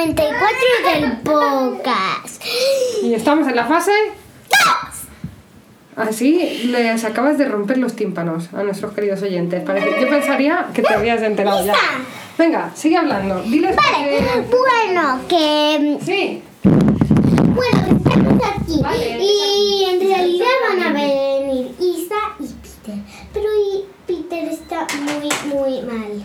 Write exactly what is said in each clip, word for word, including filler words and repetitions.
noventa y cuatro del podcast. Y estamos en la fase Así les acabas de romper los tímpanos a nuestros queridos oyentes. Parece, yo pensaría que te habías enterado ya. Venga, sigue hablando. Diles vale, que... bueno, que... Sí. Bueno, que estamos aquí. Vale, y en realidad van a venir Isa y Peter. Pero y Peter está muy, muy mal.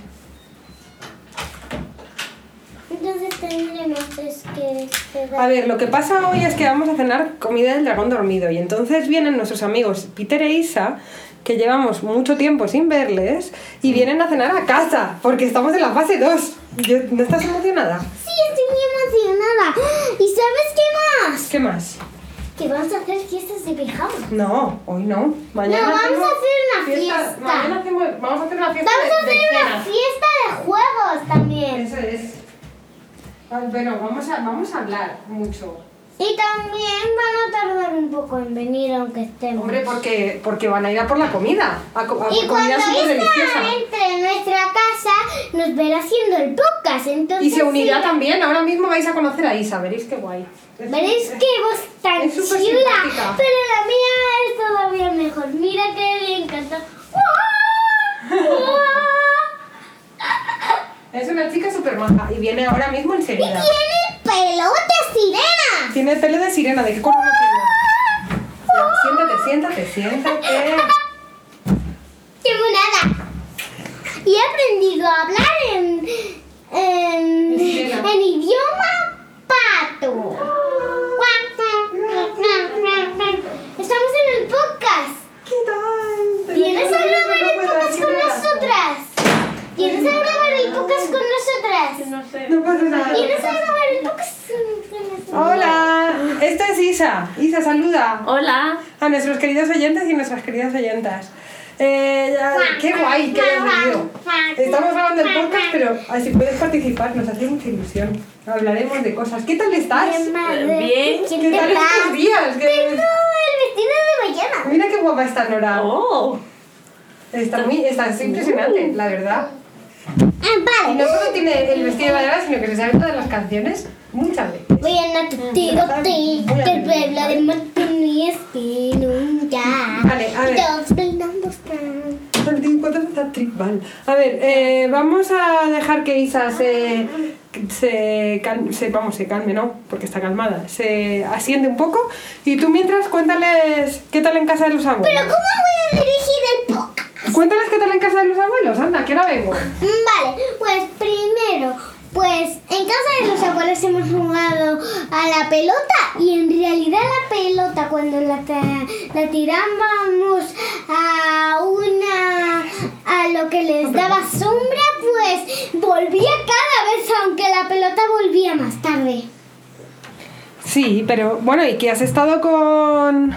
Entonces tendremos que... A ver, lo que pasa hoy es que vamos a cenar comida del dragón dormido. Y entonces vienen nuestros amigos Peter e Isa, que llevamos mucho tiempo sin verles, y vienen a cenar a casa, porque estamos en la fase dos. ¿No estás emocionada? Sí, estoy muy emocionada. ¿Y sabes qué más? ¿Qué más? Que vamos a hacer fiestas de pijama. No, hoy no. Mañana no, vamos hacemos a hacer una fiesta. fiesta. Mañana hacemos, vamos a hacer una fiesta Vamos de, a hacer de una cena. fiesta de juegos también. Eso es. Bueno, vamos a, vamos a hablar mucho. Y también van a tardar un poco en venir aunque estemos. Hombre, porque, porque van a ir a por la comida. A, a y por cuando comida súper deliciosa. Isa entre en nuestra casa, nos verá haciendo el podcast. Entonces, Y se unirá sí, también. Ahora mismo vais a conocer a Isa. Veréis qué guay. Es- Veréis es- que voz tan es súper chula. simpática. Pero la mía es todavía mejor. Mira que bien canta. Es una chica súper maja y viene ahora mismo Y enseguida. tiene pelo de sirena. Tiene el pelo de sirena. ¿De qué color lo tiene? Ya, siéntate, siéntate, siéntate. ¡Qué monada! Y he aprendido a hablar en, en, En sirena. en idioma pato. Estamos en el podcast. ¿Qué tal? ¿Vienes a grabar No el puedo podcast decir con nada. nosotras? ¿Vienes a grabar el podcast con nosotras? No sé. No pasa nada. ¿Vienes a grabar el podcast con nosotras? Hola, esta es Isa. Isa, saluda Hola. a nuestros queridos oyentes y nuestras queridas oyentas. Eh, ya- qué guay que hayas venido. Estamos grabando el podcast, pero así puedes participar, nos hace mucha ilusión. Hablaremos de cosas. ¿Qué tal estás? Bien, madre. Bien. ¿Quién ¿Qué te tal va? estos días? ¿Qué- Tengo el vestido de mañana. Mira qué guapa está Nora. Oh. Está muy, está es impresionante, la verdad. Ah, Y no solo tiene el vestido de Bárbara, sino que se sabe todas las canciones muchas veces. Voy a natutiguti, del pueblo de Martín ya. Vale, a ver. Todos bailando están. Tribal. A ver, eh, vamos a dejar que Isa se, se, cal- se, vamos, se calme, ¿no? Porque está calmada. Se asiente un poco. Y tú mientras cuéntales qué tal en casa de los abuelos. Pero ¿cómo voy a dirigir el podcast? Cuéntales qué tal en casa de los abuelos. Anda, que ahora vengo. Vale, pues primero, pues en casa de los abuelos hemos jugado a la pelota y en realidad la pelota cuando la, ta- la tirábamos a una a lo que les daba sombra, pues volvía cada vez aunque la pelota volvía más tarde. Sí, pero bueno, ¿y qué has estado con...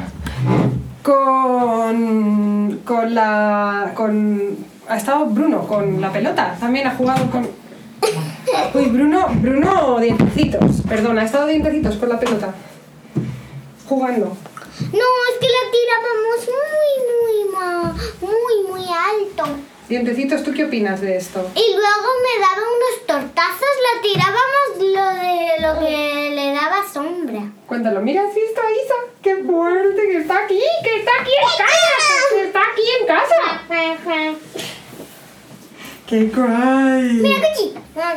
con... con la... con... ha estado Bruno con la pelota? También ha jugado con... Uy, Bruno, Bruno dientecitos, perdón, ha estado dientecitos con la pelota. Jugando. No, es que la tirábamos muy, muy, ma- muy, muy alto. Dientecitos, ¿tú qué opinas de esto? Y luego me daba unos tortazos, la tirábamos lo de lo que le daba sombra. Cuéntalo, mira, sí está Isa, qué fuerte, que está aquí, que está aquí en casa, que está aquí en casa. ¡Qué guay! Mira aquí.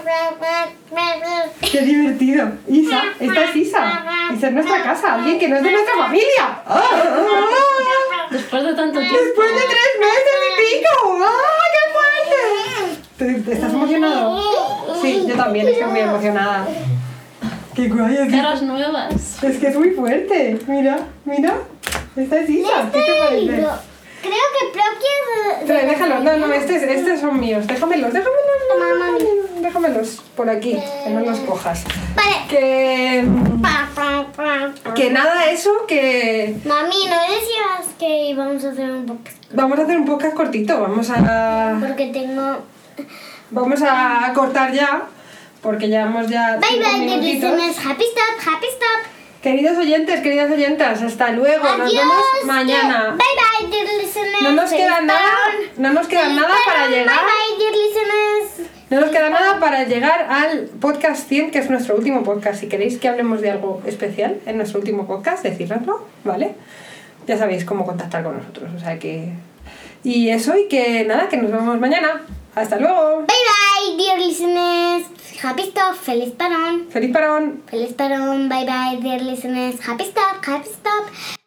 ¡Qué divertido! Isa, esta es Isa. Esta es nuestra casa, alguien que no es de nuestra familia. ¡Ah, ah, ah! Después de tanto tiempo. ¡Después de tres meses y pico! ¡Ah, qué fuerte! ¿Te, te estás emocionado? Sí, yo también estoy muy emocionada. ¡Qué guay! Es que, Caras nuevas. es que es muy fuerte. Mira, mira. Esta es Isa. ¿Qué te parece? Libro. Creo que Proki es de- Pero déjalo, no, no, estos, estos son míos. Déjamelos, déjamelos. Toma, mami. Déjamelos por aquí, que no los cojas. Vale. Que. Pa, pa, pa, pa. Que nada, eso, que. Mami, ¿no decías que íbamos a hacer un podcast? Vamos a hacer un podcast cortito. Vamos a. Porque tengo... Vamos a cortar ya, porque llevamos ya. Bye cinco bye, dear minutitos. listeners. Happy stop, happy stop. Queridos oyentes, queridas oyentas, hasta luego. Nos Adiós. vemos mañana. Bye bye, dear listeners. No nos queda Feliz nada, verano. no nos queda Feliz nada para verano. llegar. Bye bye, dear listeners. No nos queda nada para llegar al podcast cien, que es nuestro último podcast. Si queréis que hablemos de algo especial en nuestro último podcast, decídnoslo, ¿vale? Ya sabéis cómo contactar con nosotros, o sea que... Y eso, y que nada, que nos vemos mañana. ¡Hasta luego! Bye bye, dear listeners. Happy stop, feliz parón. ¡Feliz parón! Feliz parón, bye bye, dear listeners. Happy stop, happy stop.